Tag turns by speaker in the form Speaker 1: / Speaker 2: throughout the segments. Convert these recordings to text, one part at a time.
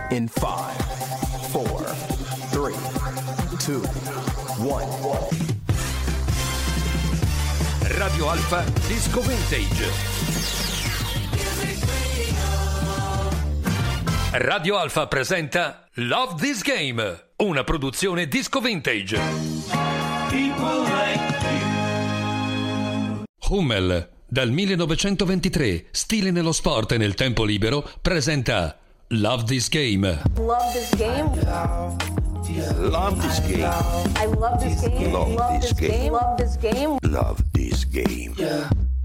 Speaker 1: in 5, 4, 3, 2, 1.
Speaker 2: Radio Alfa Disco Vintage. Radio Alfa presenta Love This Game, una produzione Disco Vintage. Hummel, dal 1923, stile nello sport e nel tempo libero, presenta Love This Game.
Speaker 3: Love this game.
Speaker 4: Love this game.
Speaker 3: I love this game.
Speaker 4: Love this game.
Speaker 3: Love this game.
Speaker 4: Love this game.
Speaker 3: Yeah.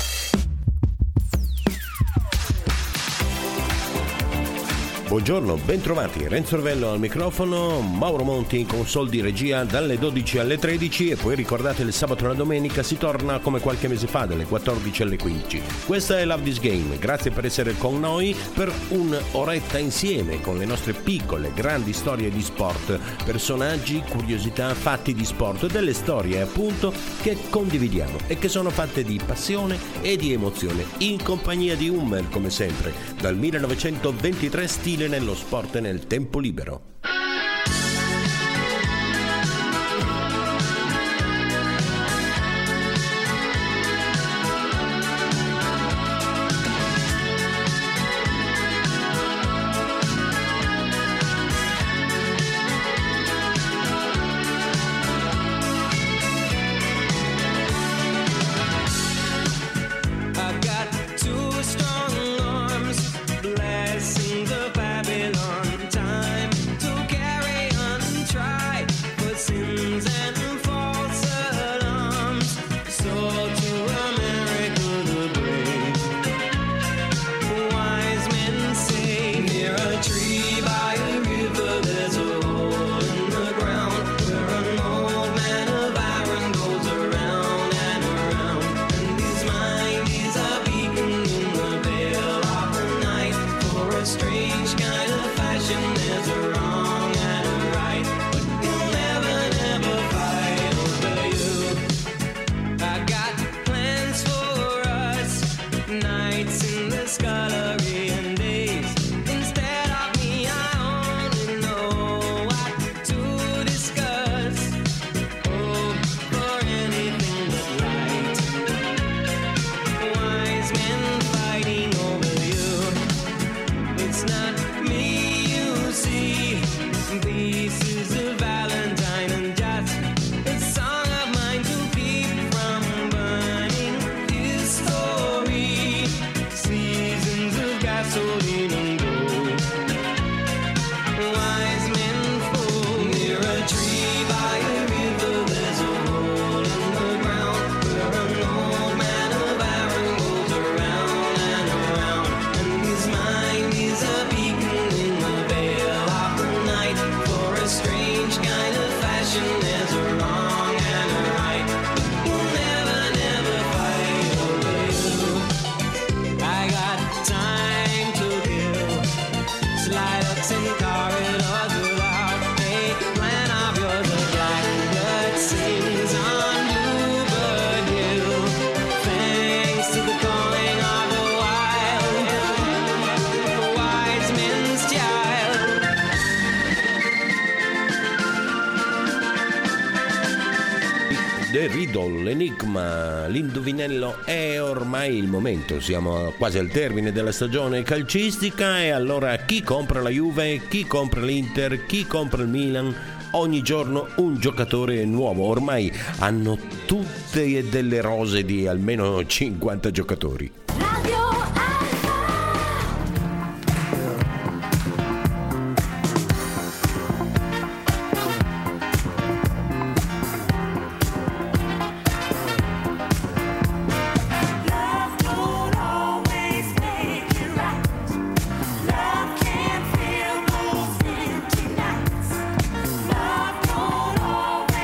Speaker 4: Buongiorno, bentrovati. Renzo Orvello al microfono, Mauro Monti in console di regia dalle 12 alle 13 e poi ricordate il sabato e la domenica si torna come qualche mese fa dalle 14 alle 15. Questa è Love This Game, grazie per essere con noi per un'oretta insieme con le nostre piccole, grandi storie di sport, personaggi, curiosità, fatti di sport, delle storie appunto che condividiamo e che sono fatte di passione e di emozione in compagnia di Hummel come sempre, dal 1923 stile nello sport e nel tempo libero. The Riddle, l'enigma, l'indovinello è ormai il momento, siamo quasi al termine della stagione calcistica e allora chi compra la Juve, chi compra l'Inter, chi compra il Milan, ogni giorno un giocatore nuovo, ormai hanno tutte delle rose di almeno 50 giocatori.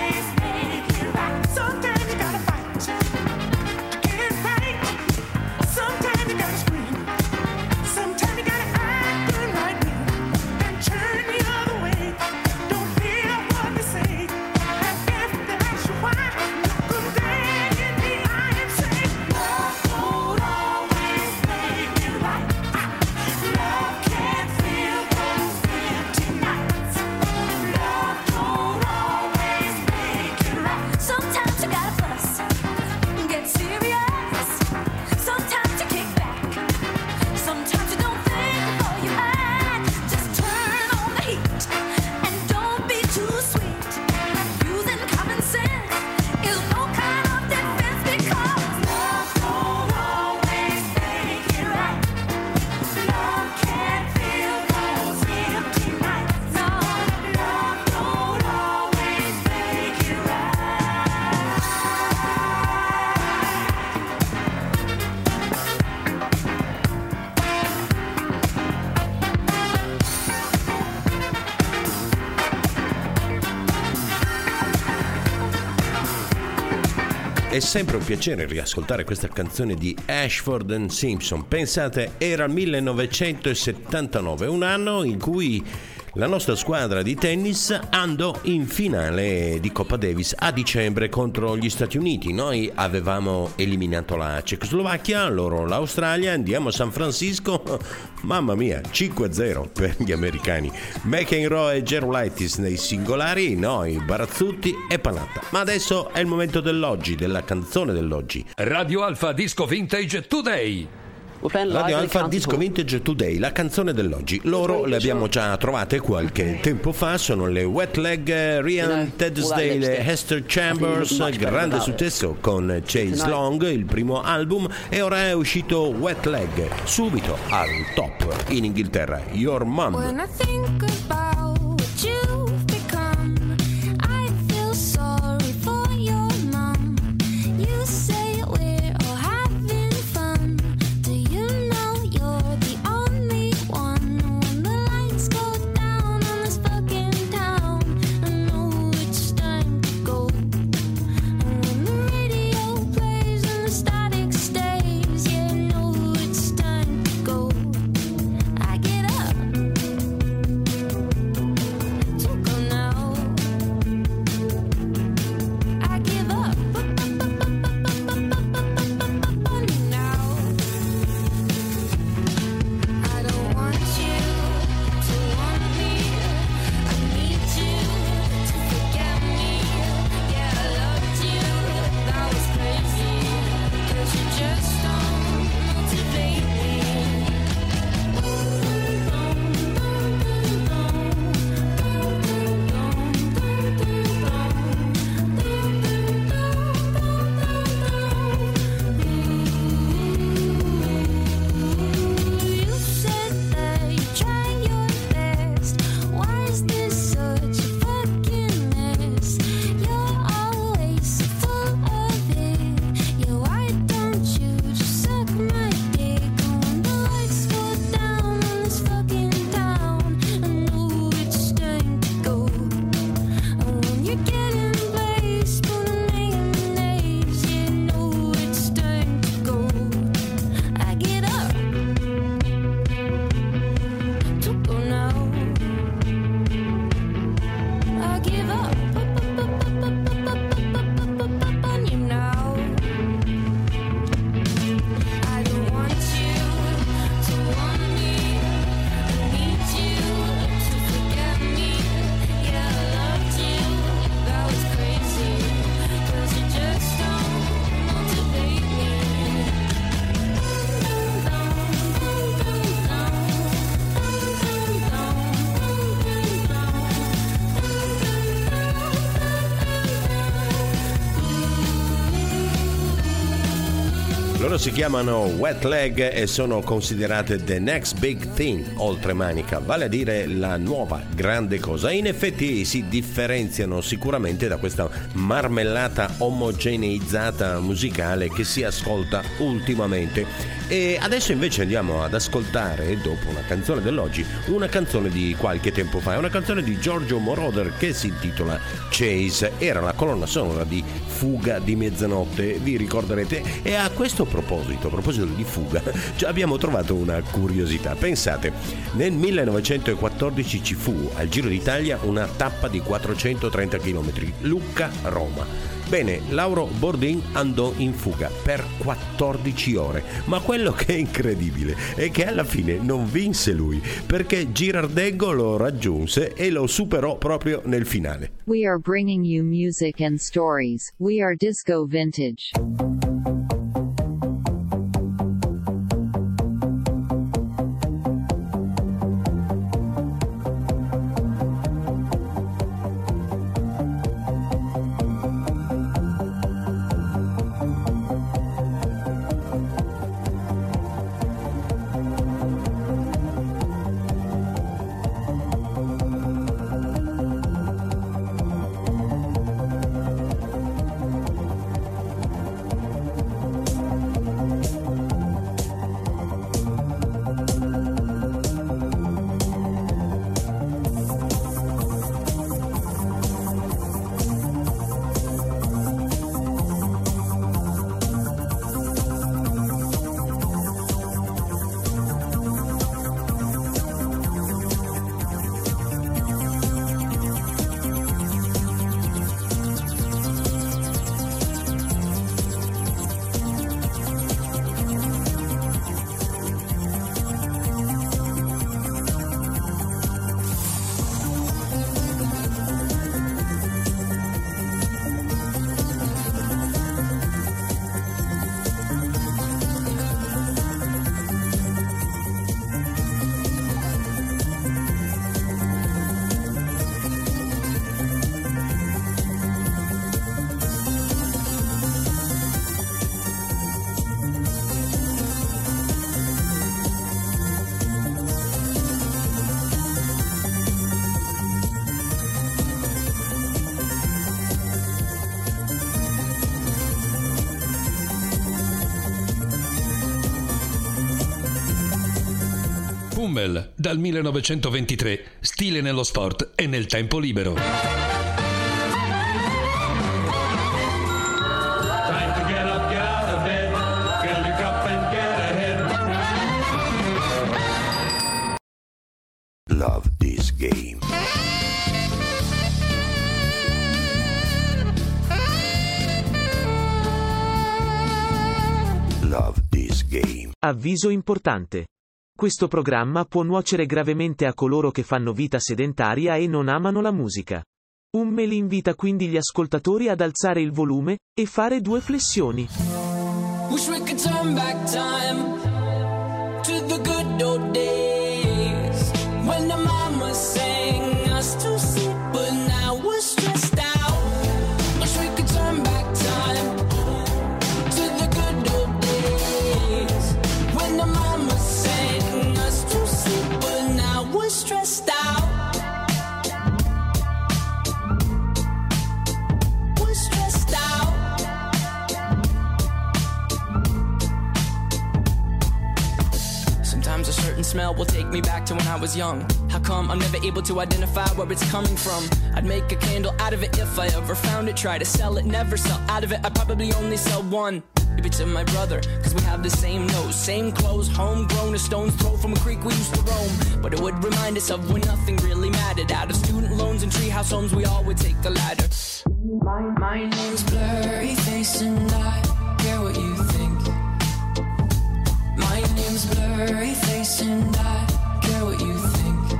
Speaker 5: Sometimes you gotta fight.
Speaker 4: È sempre un piacere riascoltare questa canzone di Ashford and Simpson. Pensate, era il 1979, un anno in cui la nostra squadra di tennis andò in finale di Coppa Davis a dicembre contro gli Stati Uniti. Noi avevamo eliminato la Cecoslovacchia, loro l'Australia, andiamo a San Francisco, mamma mia, 5-0 per gli americani. McEnroe e Gerulaitis nei singolari, noi Barazzutti e Panatta. Ma adesso è il momento dell'oggi, della canzone dell'oggi.
Speaker 2: Radio Alfa Disco Vintage Today.
Speaker 4: Radio Alfa Disco Vintage Today, la canzone dell'oggi. Loro le abbiamo già trovate qualche tempo fa, sono le Wet Leg, Ryan Tedsdale, Hester Chambers, grande successo con Chase Long, il primo album, e ora è uscito Wet Leg, subito al top in Inghilterra, Your Mom.
Speaker 5: When I think about what you've become, I feel sorry for your mom. You say we're all having fun. Do you know you're the only one? When the lights go down on this fucking town, I know it's time to go. And when the radio plays and the static stays, yeah, I know it's time to go. I get up to go now. I give up now. I don't want you to want me. I need you to forget me. Yeah, I loved you, that was crazy. 'Cause you just don't motivate me. You said that you try your best. Why is this such a fucking mess? You're always so full of it. Yeah, why don't you just suck my dick? When the lights go down on this fucking town, I know it's time to go. And when you're getting blazed, putting mayonnaise, you know it's time to go. I get up to go now. I give up on you now. I don't want you to want me. I need you to forget me. Yeah, I loved you, that was crazy. 'Cause you just don't motivate me.
Speaker 4: Loro si chiamano Wet Leg e sono considerate the next big thing, oltre Manica, vale a dire la nuova grande cosa. In effetti si differenziano sicuramente da questa marmellata omogeneizzata musicale che si ascolta ultimamente. E adesso invece andiamo ad ascoltare, dopo una canzone dell'oggi, una canzone di qualche tempo fa. È una canzone di Giorgio Moroder che si intitola Chase. Era la colonna sonora di Fuga di mezzanotte, vi ricorderete. E a questo proposito di fuga, già abbiamo trovato una curiosità. Pensate, nel 1914 ci fu al Giro d'Italia una tappa di 430 km, Lucca-Roma. Bene, Lauro Bordin andò in fuga per 14 ore, ma quello che è incredibile è che alla fine non vinse lui, perché Girardengo lo raggiunse e lo superò proprio nel finale.
Speaker 6: We are bringing you music and stories. We are Disco Vintage.
Speaker 2: Hummel, dal 1923, stile nello sport e nel tempo libero.
Speaker 7: Time to get up, get out of bed, fill your cup and get ahead.
Speaker 8: Love this game. Love this game.
Speaker 9: Avviso importante. Questo programma può nuocere gravemente a coloro che fanno vita sedentaria e non amano la musica. Hummel invita quindi gli ascoltatori ad alzare il volume e fare 2 flessioni.
Speaker 10: Wish we could turn back time to the good old days when the mama sang us to sleep, but now we're stressed out. Wish we could turn back time to the good old days when the mama sang us to sleep, but now we're stressed out. We're stressed out. Sometimes a certain smell will take me back to when I was young. How come I'm never able to identify where it's coming from? I'd make a candle out of it if I ever found it. Try to sell it, never sell out of it. I'd probably only sell one. Maybe to my brother, cause we have the same nose, same clothes, homegrown, a stone's throw from a creek we used to roam. But it would remind us of when nothing really mattered. Out of student loans and treehouse homes, we all would take the ladder. My name's Blurry Face and I care what you think. My name's Blurry Face and I care what you think.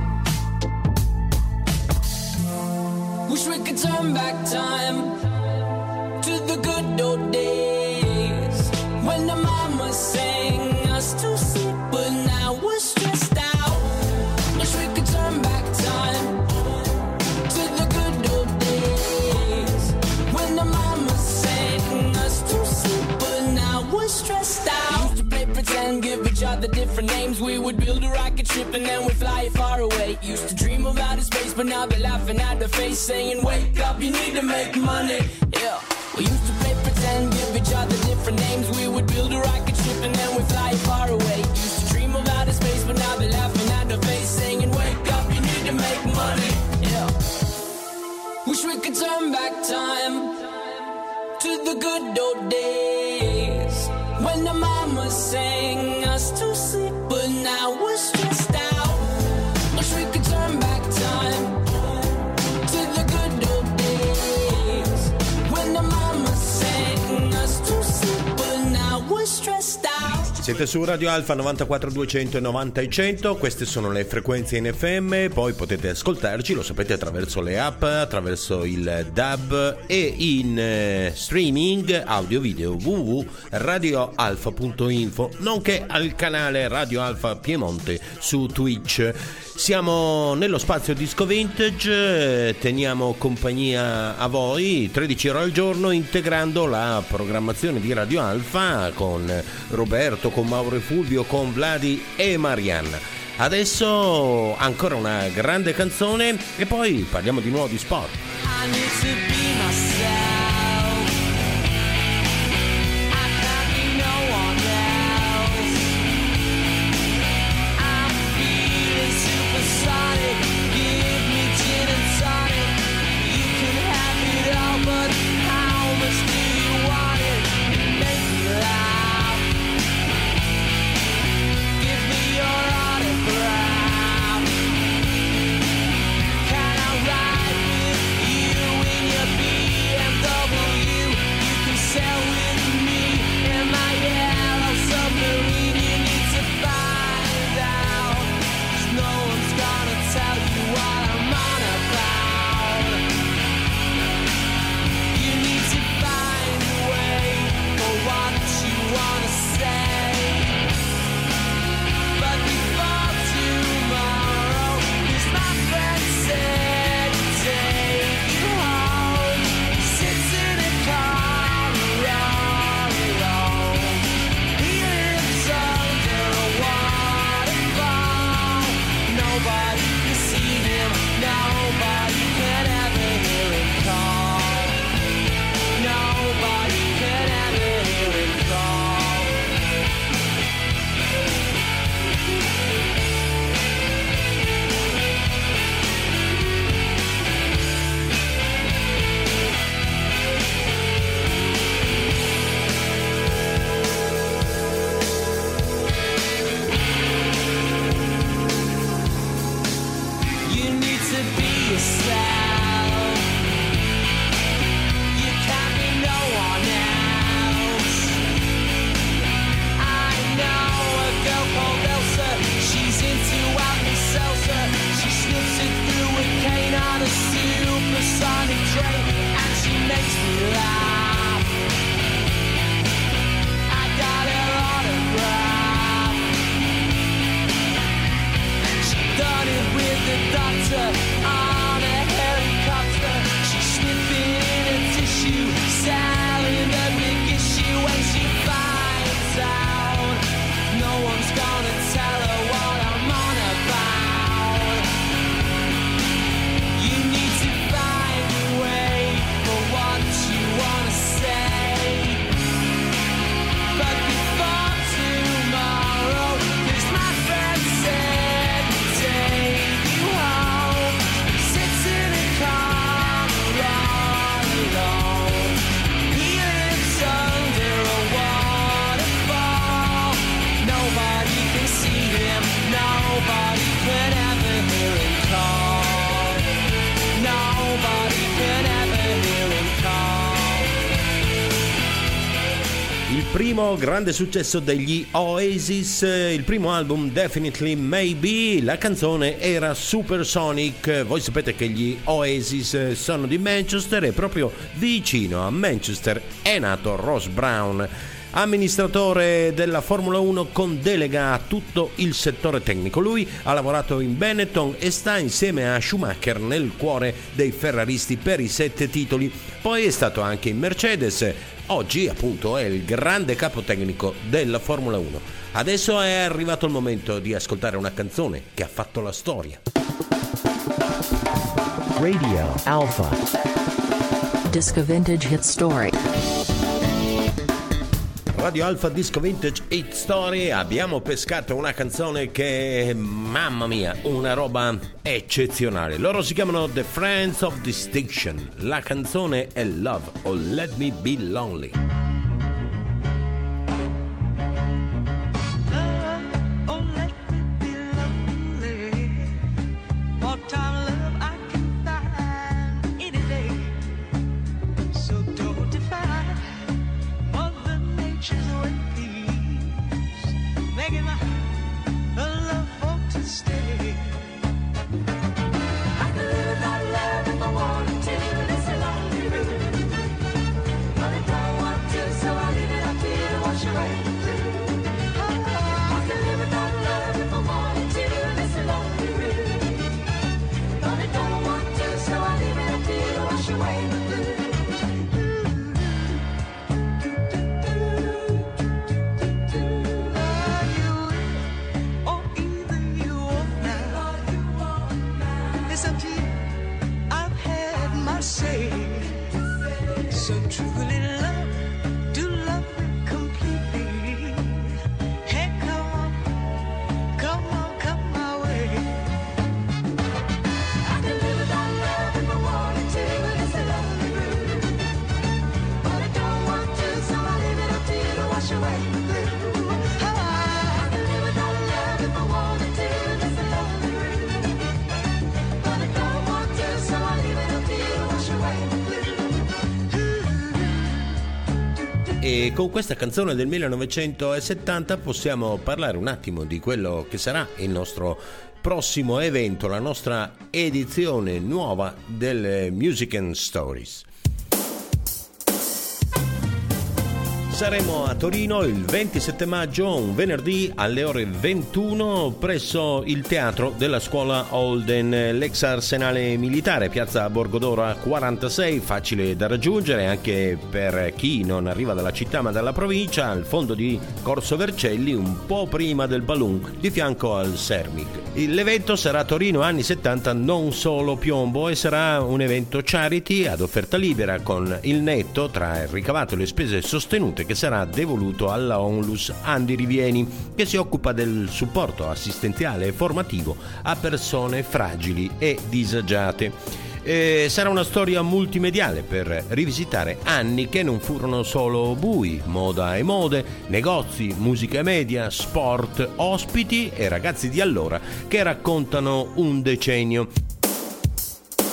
Speaker 10: Wish we could turn back time to the good old days when the mama sang us to sleep, but now we're stressed out. Wish we could turn back time to the good old days when the mama sang us to sleep, but now we're stressed out. Used to play pretend, give each other different names. We would build a rocket ship and then we'd fly it far away. Used to dream of outer space, but now they're laughing at the face, saying, wake up, you need to make money. Yeah. We used to play pretend, give each other different names. We would build a rocket ship and then we'd fly far away. Used to dream of outer space, but now they're laughing at the face, saying, wake up, you need to make money. Yeah. Wish we could turn back time to the good old days when the mama sang us to sleep, but now we're stressed out. Wish we could turn back time to the good old days when the mama sang us to sleep, but now we're stressed out.
Speaker 4: Siete su Radio Alfa 94 290 e 100, queste sono le frequenze in FM, poi potete ascoltarci, lo sapete, attraverso le app, attraverso il DAB e in streaming audio video www.radioalfa.info, nonché al canale Radio Alfa Piemonte su Twitch. Siamo nello spazio Disco Vintage, teniamo compagnia a voi 13 ore al giorno, integrando la programmazione di Radio Alfa con Roberto, con Mauro e Fulvio, con Vladi e Marianna. Adesso ancora una grande canzone e poi parliamo di nuovo di sport.
Speaker 10: I need to be myself. I can't be no one else. I'm feeling supersonic. Give me gin and tonic. You can have it all, but how much do you want it? Make me laugh. Give me your autograph. Can I ride with you in your yourself. You can't be no one else. I know a girl called Elsa. She's into Alka-Seltzer. She sniffs it through a cane on a supersonic train, and she makes me laugh. I got her autograph. She done it with the doctor on a helicopter. She's sniffing in a tissue, selling a big issue, and she finds out no one's gonna tell her what I'm on about. You need to find a way for what you wanna say. But before tomorrow, 'cause my friend said take you home. Sits in a car all alone. He lives under a waterfall. Nobody can see him. Nobody can ever hear him call. Nobody can ever hear him call.
Speaker 4: Il primo grande successo degli Oasis, il primo album Definitely Maybe, la canzone era Supersonic. Voi sapete che gli Oasis sono di Manchester e proprio vicino a Manchester è nato Ross Brown, amministratore della Formula 1 con delega a tutto il settore tecnico. Lui ha lavorato in Benetton e sta insieme a Schumacher nel cuore dei ferraristi per i 7 titoli. Poi è stato anche in Mercedes. Oggi appunto è il grande capo tecnico della Formula 1. Adesso è arrivato il momento di ascoltare una canzone che ha fatto la storia.
Speaker 1: Radio Alpha.
Speaker 11: Disco Vintage Hit Story.
Speaker 4: Radio Alpha Disco Vintage Hit Story. Abbiamo pescato una canzone che, mamma mia, una roba eccezionale. Loro si chiamano The Friends of Distinction. La canzone è Love or Let Me Be Lonely. E con questa canzone del 1970 possiamo parlare un attimo di quello che sarà il nostro prossimo evento, la nostra edizione nuova delle Music and Stories. Saremo a Torino il 27 maggio, un venerdì alle ore 21 presso il teatro della scuola Holden, l'ex arsenale militare, piazza Borgodora 46, facile da raggiungere anche per chi non arriva dalla città ma dalla provincia, al fondo di Corso Vercelli, un po' prima del Balloon, di fianco al Sermic. L'evento sarà a Torino anni 70, non solo piombo, e sarà un evento charity ad offerta libera con il netto tra il ricavato e le spese sostenute che sarà devoluto alla Onlus Andi Rivieni, che si occupa del supporto assistenziale e formativo a persone fragili e disagiate. Sarà una storia multimediale per rivisitare anni che non furono solo bui, moda e mode, negozi, musica e media, sport, ospiti e ragazzi di allora che raccontano un decennio.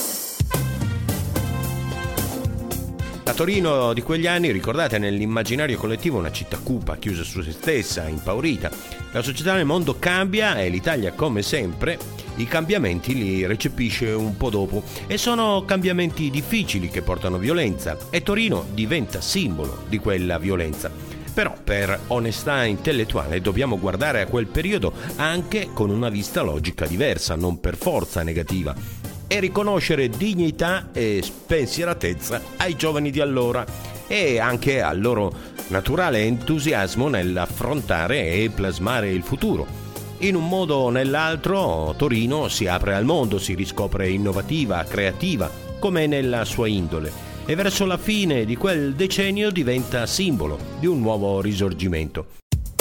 Speaker 4: La Torino di quegli anni, ricordate, nell'immaginario collettivo una città cupa, chiusa su se stessa, impaurita. La società nel mondo cambia e l'Italia, come sempre, i cambiamenti li recepisce un po' dopo. E sono cambiamenti difficili che portano violenza e Torino diventa simbolo di quella violenza. Però per onestà intellettuale dobbiamo guardare a quel periodo anche con una vista logica diversa, non per forza negativa, e riconoscere dignità e spensieratezza ai giovani di allora e anche al loro naturale entusiasmo nell'affrontare e plasmare il futuro. In un modo o nell'altro Torino si apre al mondo, si riscopre innovativa, creativa, come nella sua indole, e verso la fine di quel decennio diventa simbolo di un nuovo risorgimento.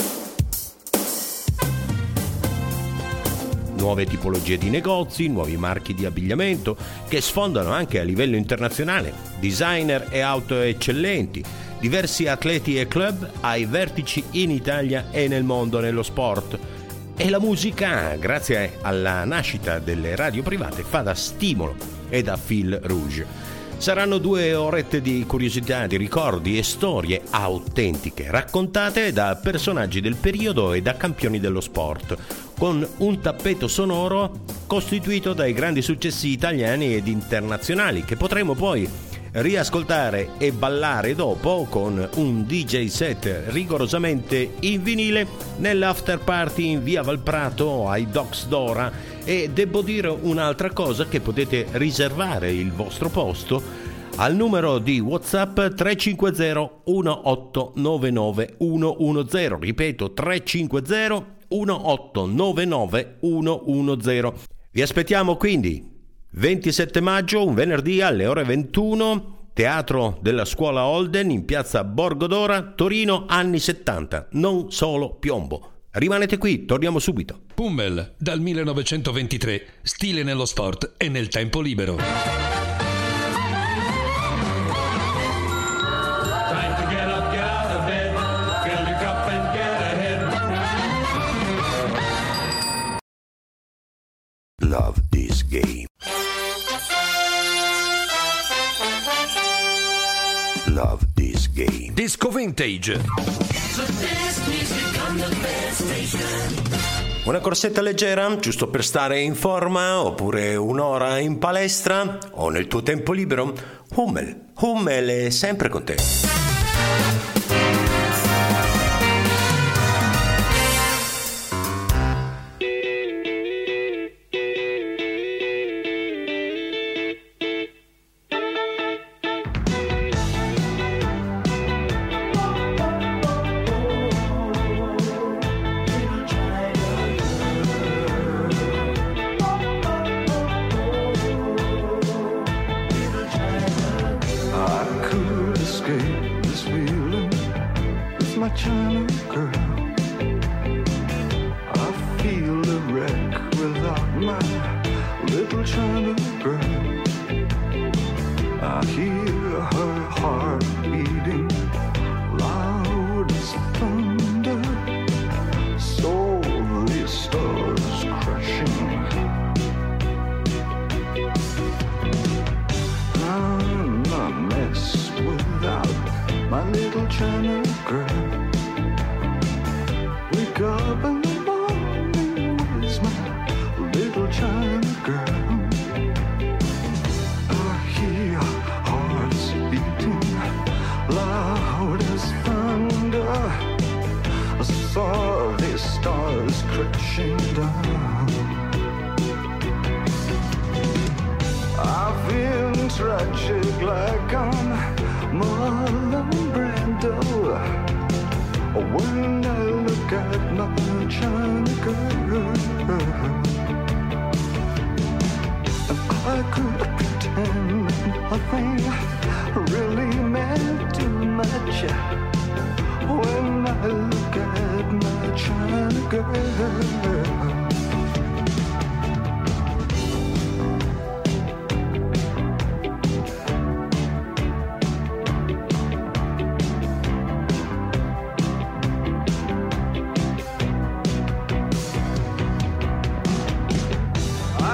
Speaker 4: Nuove tipologie di negozi, nuovi marchi di abbigliamento che sfondano anche a livello internazionale, designer e auto eccellenti, diversi atleti e club ai vertici in Italia e nel mondo nello sport. E la musica, grazie alla nascita delle radio private, fa da stimolo e da fil rouge. Saranno 2 orette di curiosità, di ricordi e storie autentiche, raccontate da personaggi del periodo e da campioni dello sport, con un tappeto sonoro costituito dai grandi successi italiani ed internazionali che potremo poi riascoltare e ballare dopo con un DJ set rigorosamente in vinile nell'after party in via Valprato ai Docks Dora. E devo dire un'altra cosa, che potete riservare il vostro posto al numero di WhatsApp 350 1899 110, ripeto 350 1899 110. Vi aspettiamo quindi 27 maggio, un venerdì alle ore 21, Teatro della Scuola Holden in piazza Borgodora, Torino, anni 70, non solo piombo. Rimanete qui, torniamo subito.
Speaker 2: Hummel, dal 1923, stile nello sport e nel tempo libero.
Speaker 7: Time to get up, get out of bed, fill your cup and get ahead.
Speaker 8: Love this game. Love this game.
Speaker 2: Disco Vintage.
Speaker 4: Una corsetta leggera, giusto per stare in forma, oppure un'ora in palestra o nel tuo tempo libero? Hummel è sempre con te.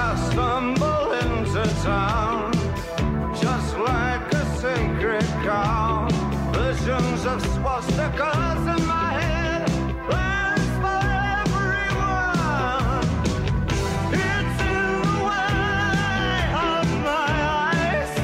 Speaker 12: Town, just like a sacred cow. of swastikas in my head, plans for everyone. It's in the way of my eyes.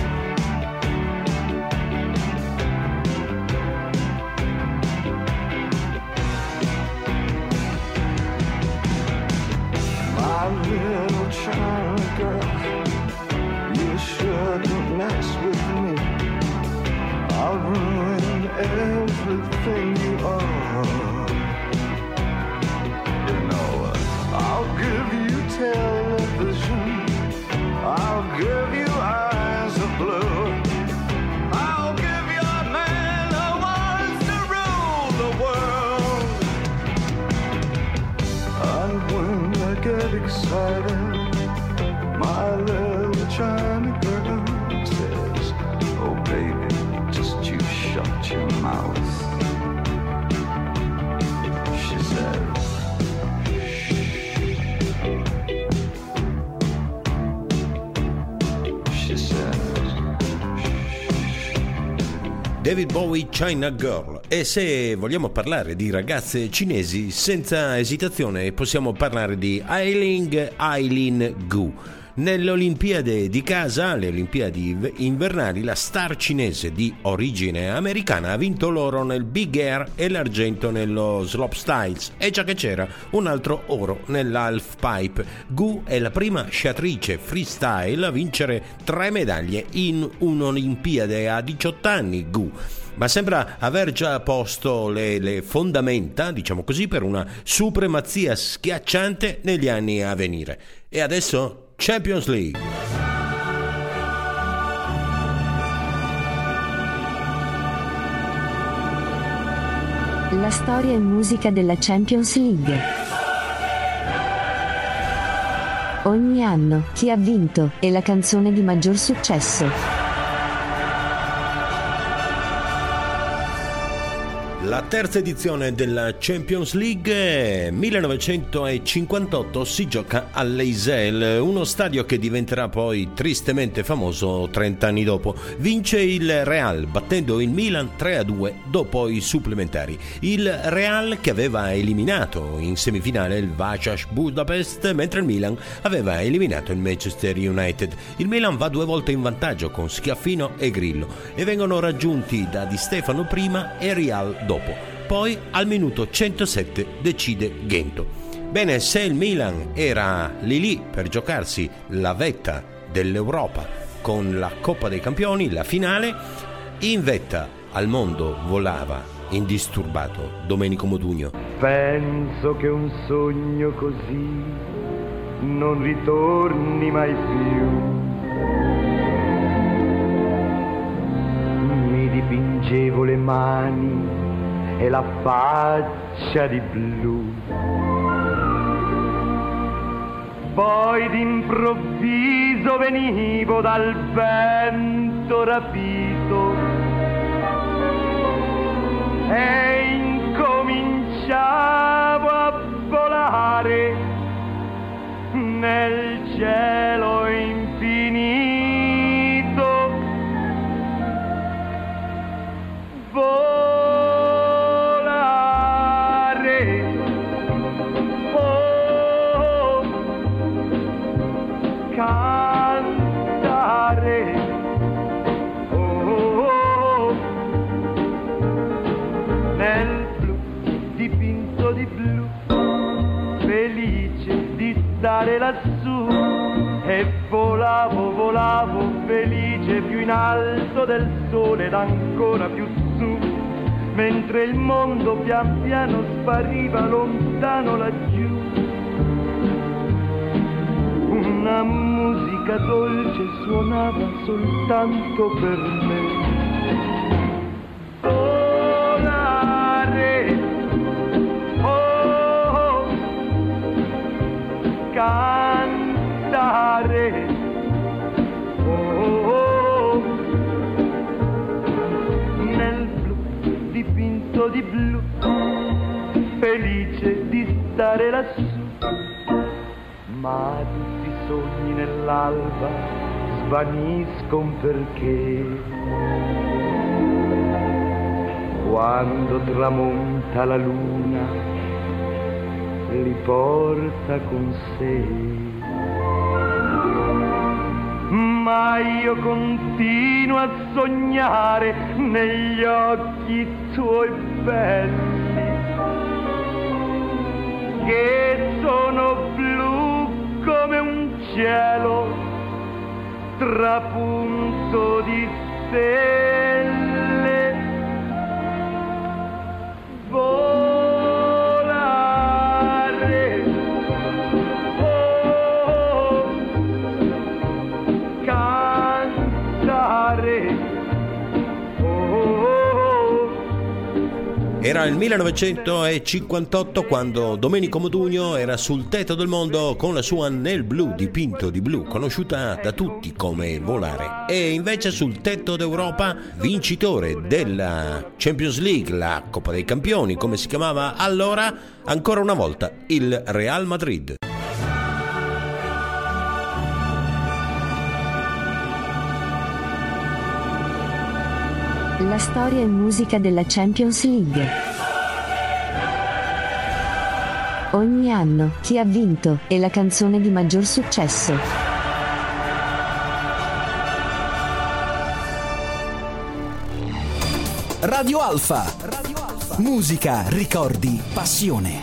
Speaker 12: My little China girl, you shouldn't mess with me. I'll ruin everything you are. You know, I'll give you television, I'll give you eyes of blue, I'll give you a man who wants to rule the world. And when I get excited, my little China girl says, oh baby, just you shut your mouth. She says, she says,
Speaker 4: David Bowie, China Girl. E se vogliamo parlare di ragazze cinesi, senza esitazione possiamo parlare di Eileen Gu. Nelle Olimpiadi di casa, le Olimpiadi invernali, la star cinese di origine americana ha vinto l'oro nel Big Air e l'argento nello Slopestyles, e già che c'era un altro oro nell'Half Pipe. Gu è la prima sciatrice freestyle a vincere 3 medaglie in un'Olimpiade a 18 anni. Gu, ma sembra aver già posto le fondamenta, diciamo così, per una supremazia schiacciante negli anni a venire. E adesso Champions League.
Speaker 13: La storia e musica della Champions League. Ogni anno, chi ha vinto, e la canzone di maggior successo.
Speaker 4: La terza edizione della Champions League 1958 si gioca all'Eisel, uno stadio che diventerà poi tristemente famoso 30 anni dopo. Vince il Real battendo il Milan 3-2 dopo i supplementari. Il Real che aveva eliminato in semifinale il Vasas Budapest, mentre il Milan aveva eliminato il Manchester United. Il Milan va 2 volte in vantaggio con Schiaffino e Grillo e vengono raggiunti da Di Stefano prima e Real dopo. Poi al minuto 107 decide Gento. Bene, se il Milan era lì per giocarsi la vetta dell'Europa con la Coppa dei Campioni, la finale, in vetta al mondo volava indisturbato Domenico Modugno.
Speaker 12: penso che un sogno così non ritorni mai più. Mi dipingevo le mani e la faccia di blu. Poi d'improvviso venivo dal vento rapito e incominciavo a volare nel cielo infinito. Volare, oh, cantare, oh, nel blu dipinto di blu, felice di stare lassù, e volavo, volavo felice più in alto del sole ed ancora più su, mentre il mondo pian piano spariva lontano laggiù. Una musica dolce suonava soltanto per me. Volare, oh, cantare, oh, nel blu dipinto di blu, felice di stare lassù. Ma tutti i sogni nell'alba svaniscono perché quando tramonta la luna, li porta con sé. Ma io continuo a sognare negli occhi tuoi belli, che sono blu come un cielo trapunto di stelle. Volare, oh, cantare, oh.
Speaker 4: Era il 1958 quando Domenico Modugno era sul tetto del mondo con la sua Nel Blu dipinto di blu, conosciuta da tutti come Volare. E invece sul tetto d'Europa, vincitore della Champions League, la Coppa dei Campioni, come si chiamava allora, ancora una volta il Real Madrid.
Speaker 13: La storia e musica della Champions League. Ogni anno, chi ha vinto, e la canzone di maggior successo.
Speaker 1: Radio Alfa. Musica, ricordi, passione.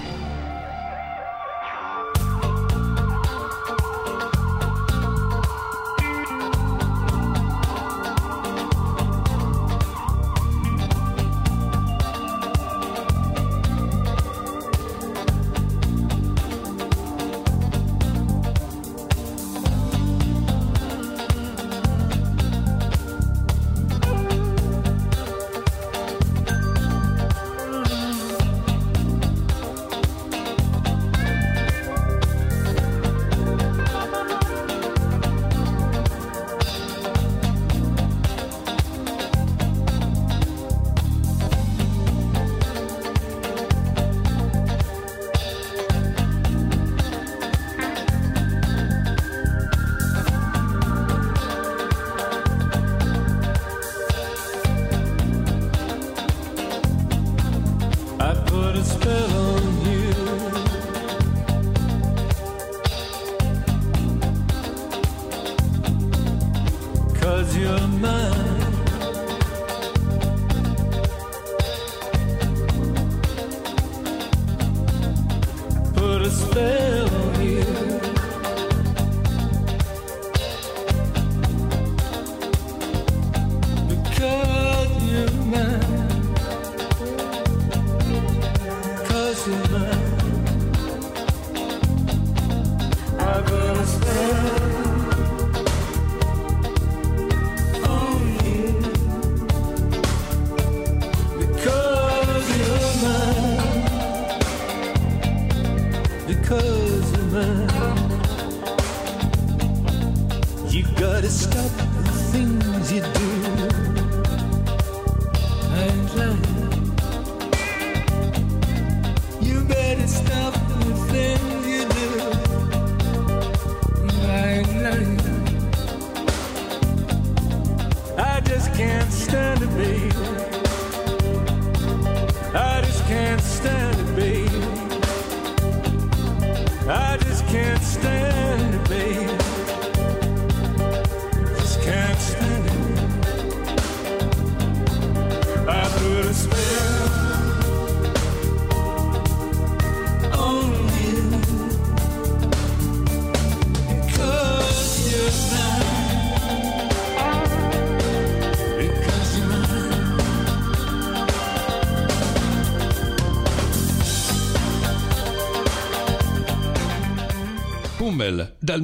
Speaker 2: Hummel, dal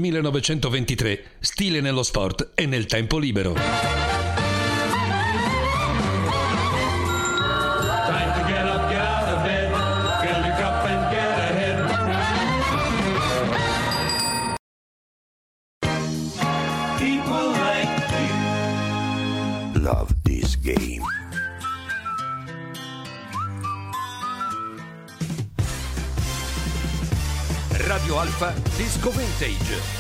Speaker 2: 1923, stile nello sport e nel tempo libero.
Speaker 7: Time to get up, get out of bed, fill your cup and get ahead. People like you
Speaker 8: love this game.
Speaker 2: Radio Alfa Disco Vintage.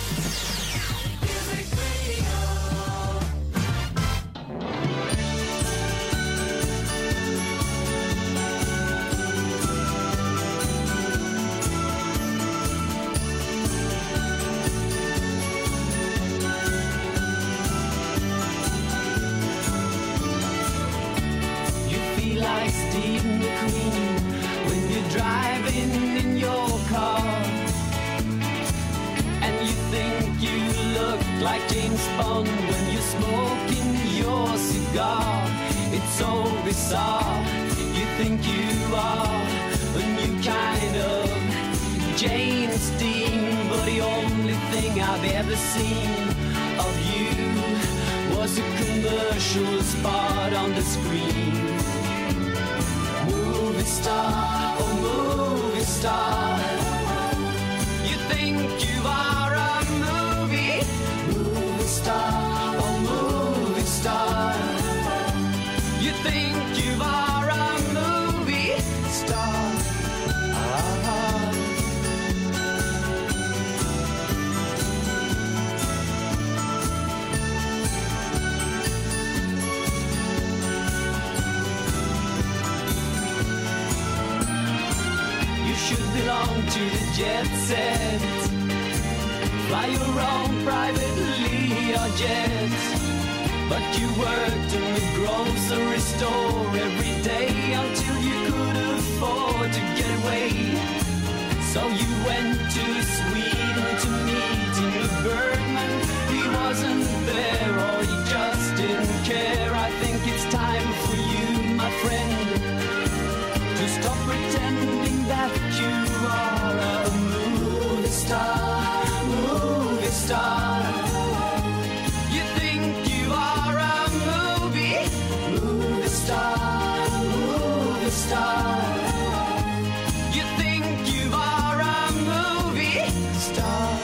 Speaker 10: Steve McQueen when you're driving in your car and you think you look like James Bond when you're smoking your cigar. It's so bizarre, you think you are a new kind of James Dean, but the only thing I've ever seen of you was a commercial spot on the screen. Movie star, oh movie star, you think you are a movie star, oh movie star, you think you are a movie star. You should belong to the jet set, fly your own private Learjet, but you worked in the grocery store every day until you could afford to get away. So you went to Sweden to meet Ingmar Bergman. He wasn't there or he just didn't care. I think it's time for you, my friend, to stop pretending that you are a movie star, movie star. You think you are a movie star, movie star. You think you are a movie star.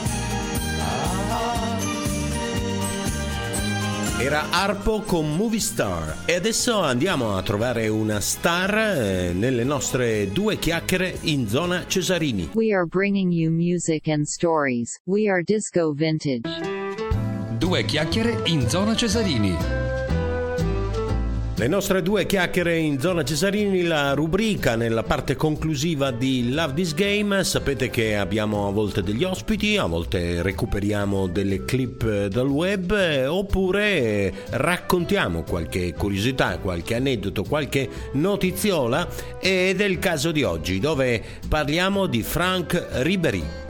Speaker 4: Era Harpo con Movie Star e adesso andiamo a trovare una star nelle nostre due chiacchiere in zona Cesarini.
Speaker 6: We are bringing you music and stories. We are Disco Vintage.
Speaker 2: Due chiacchiere in zona Cesarini.
Speaker 4: Le nostre due chiacchiere in zona Cesarini, la rubrica nella parte conclusiva di Love This Game. Sapete che abbiamo a volte degli ospiti, a volte recuperiamo delle clip dal web, oppure raccontiamo qualche curiosità, qualche aneddoto, qualche notiziola, ed è il caso di oggi dove parliamo di Franck Ribéry.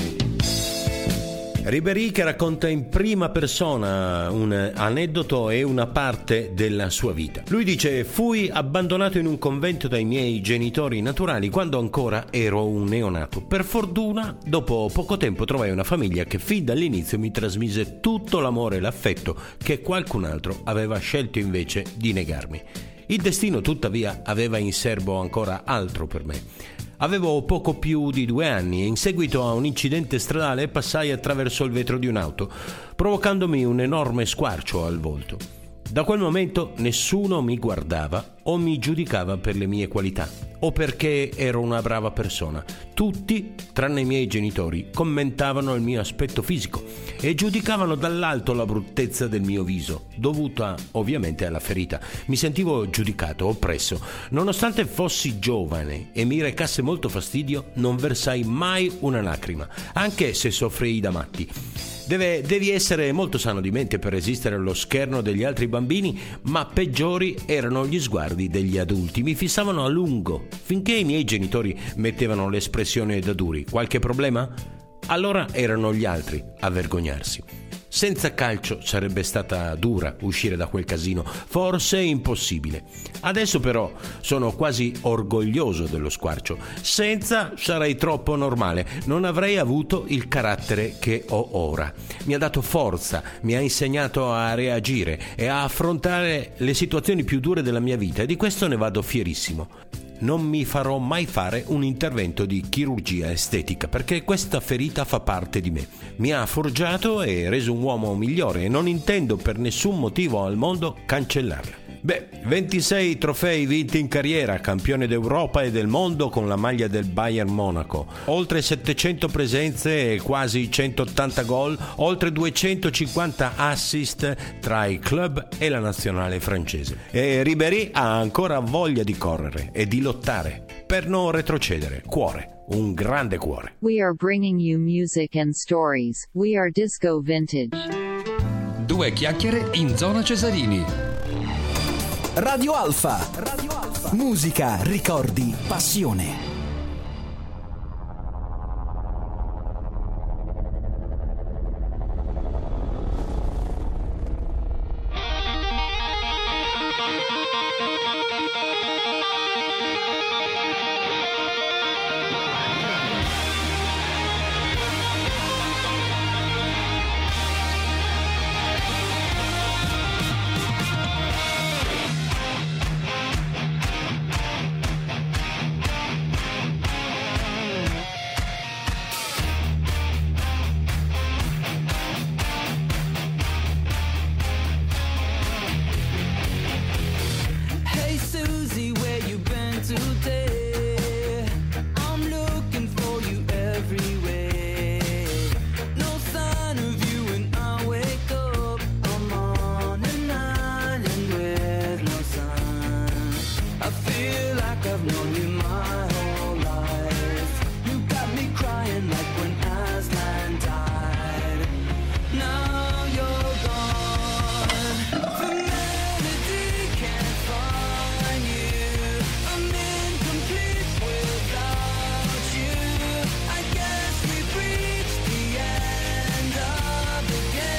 Speaker 4: Ribéry che racconta in prima persona un aneddoto e una parte della sua vita. Lui dice: fui abbandonato in un convento dai miei genitori naturali quando ancora ero un neonato. Per fortuna, dopo poco tempo trovai una famiglia che fin dall'inizio mi trasmise tutto l'amore e l'affetto che qualcun altro aveva scelto invece di negarmi. Il destino, tuttavia, aveva in serbo ancora altro per me. Avevo poco più di 2 anni e in seguito a un incidente stradale passai attraverso il vetro di un'auto, provocandomi un enorme squarcio al volto. Da quel momento nessuno mi guardava o mi giudicava per le mie qualità o perché ero una brava persona. Tutti, tranne i miei genitori, commentavano il mio aspetto fisico e giudicavano dall'alto la bruttezza del mio viso, dovuta ovviamente alla ferita. Mi sentivo giudicato, oppresso. Nonostante fossi giovane e mi recasse molto fastidio, non versai mai una lacrima, anche se soffrii da matti. Devi essere molto sano di mente per resistere allo scherno degli altri bambini, ma peggiori erano gli sguardi degli adulti. Mi fissavano a lungo, finché i miei genitori mettevano l'espressione da duri. Qualche problema? Allora erano gli altri a vergognarsi. Senza calcio sarebbe stata dura uscire da quel casino, forse impossibile. Adesso però sono quasi orgoglioso dello squarcio. Senza sarei troppo normale, non avrei avuto il carattere che ho ora. Mi ha dato forza, mi ha insegnato a reagire e a affrontare le situazioni più dure della mia vita, e di questo ne vado fierissimo. Non mi farò mai fare un intervento di chirurgia estetica perché questa ferita fa parte di me. Mi ha forgiato e reso un uomo migliore e non intendo per nessun motivo al mondo cancellarla. 26 trofei vinti in carriera, campione d'Europa e del mondo con la maglia del Bayern Monaco, oltre 700 presenze e quasi 180 gol, oltre 250 assist tra i club e la nazionale francese. E Ribéry ha ancora voglia di correre e di lottare per non retrocedere. Cuore, un grande cuore.
Speaker 6: We are bringing you music and stories. We are Disco Vintage.
Speaker 2: Due chiacchiere in zona Cesarini.
Speaker 1: Radio Alfa. Musica, ricordi, passione.
Speaker 10: Hey Susie, where you been today? I'm looking for you everywhere. No sign of you when I wake up. I'm on an island with no sun. I feel like I've known you my whole life. You got me crying like when Aslan died. Now you're gone. The melody can't find you. I'm incomplete without you. I guess we've reached the end of the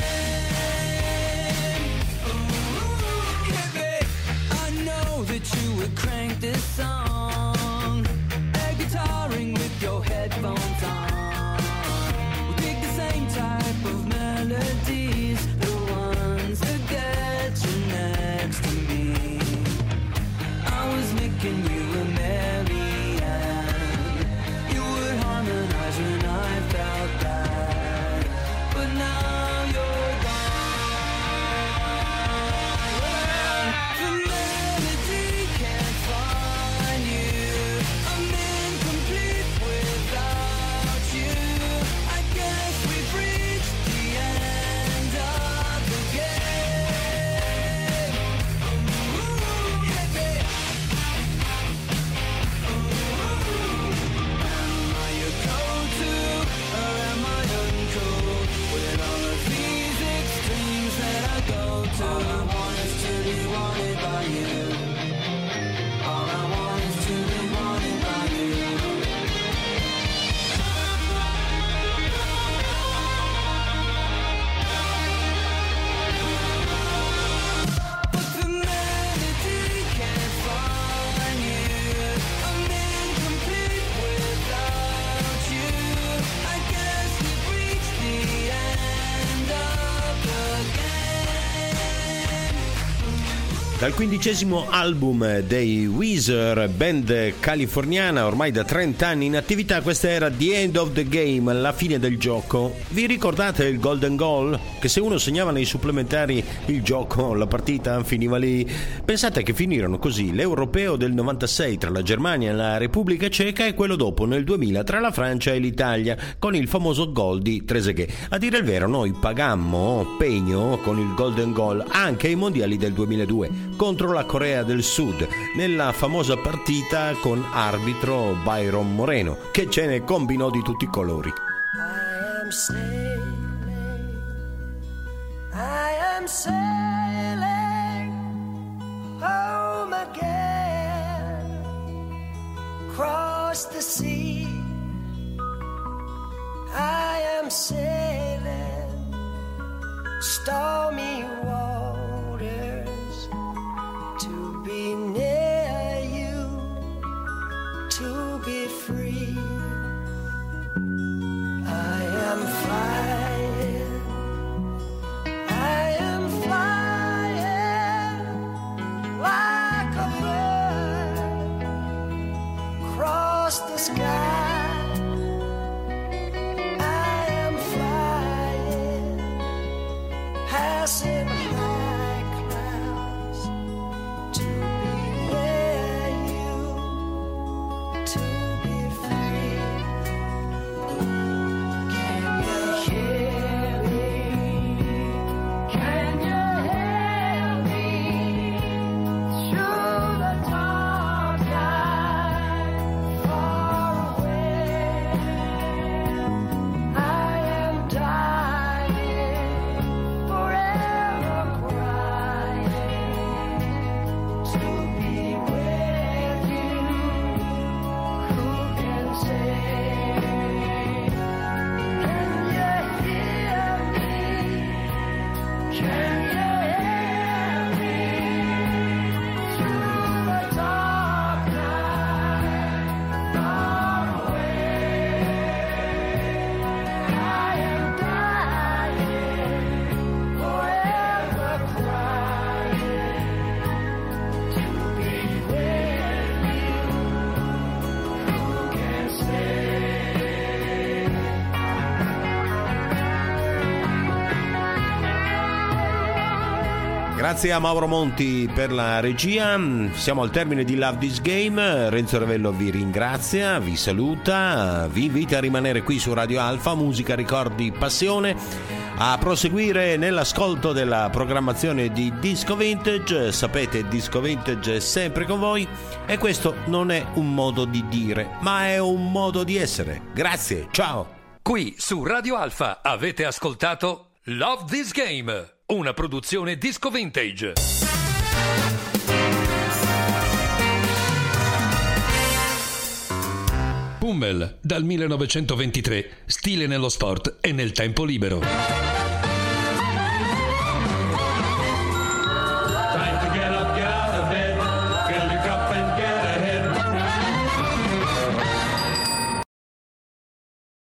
Speaker 10: game. Ooh, yeah, babe. I know that you would crank this song, air guitaring with your headphones on. We pick the same type of melodies, the ones that get you next to me. I was making you a Marianne. You would harmonize when I felt bad, but now you're gone. The melody can't find you. I'm incomplete without you. I guess we've reached the end of the game. Ooh, yeah, babe. Am I your go-to or am I uncool? With all of these extremes that I go to, all I want is to be wanted by you. All I want is to be wanted by you. But the melody can't find you. I'm incomplete without you. I guess we've reached the end of the game.
Speaker 4: Dal 15° album dei Weezer, band californiana ormai da 30 anni in attività, questa era The End of the Game, la fine del gioco. Vi ricordate il Golden Goal? Che se uno segnava nei supplementari il gioco, la partita finiva lì. Pensate che finirono così l'Europeo del 96 tra la Germania e la Repubblica Ceca e quello dopo nel 2000 tra la Francia e l'Italia con il famoso gol di Trezeguet. A dire il vero, noi pagammo pegno con il Golden Goal anche ai mondiali del 2002 contro la Corea del Sud nella famosa partita con arbitro Byron Moreno, che ce ne combinò di tutti i colori.
Speaker 14: I am sailing home again, across the sea. I am sailing stormy waters to be near you, to be free. I am flying, I am flying like a bird across the sky. I am flying, passing high clouds to be near you, to be free. Can you hear me? Can you hear me? Through the dark night, far away. I am dying forever. Can you hear me through the dark night? Far away, I am dying, forever crying to be with you. Who can say?
Speaker 4: Grazie a Mauro Monti per la regia. Siamo al termine di Love This Game. Renzo Revello vi ringrazia, vi saluta, vi invita a rimanere qui su Radio Alfa, musica, ricordi, passione, a proseguire nell'ascolto della programmazione di Disco Vintage. Sapete, Disco Vintage è sempre con voi e questo non è un modo di dire, ma è un modo di essere. Grazie, ciao.
Speaker 2: Qui su Radio Alfa avete ascoltato Love This Game, una produzione Disco Vintage. Hummel, dal 1923, stile nello sport e nel tempo libero.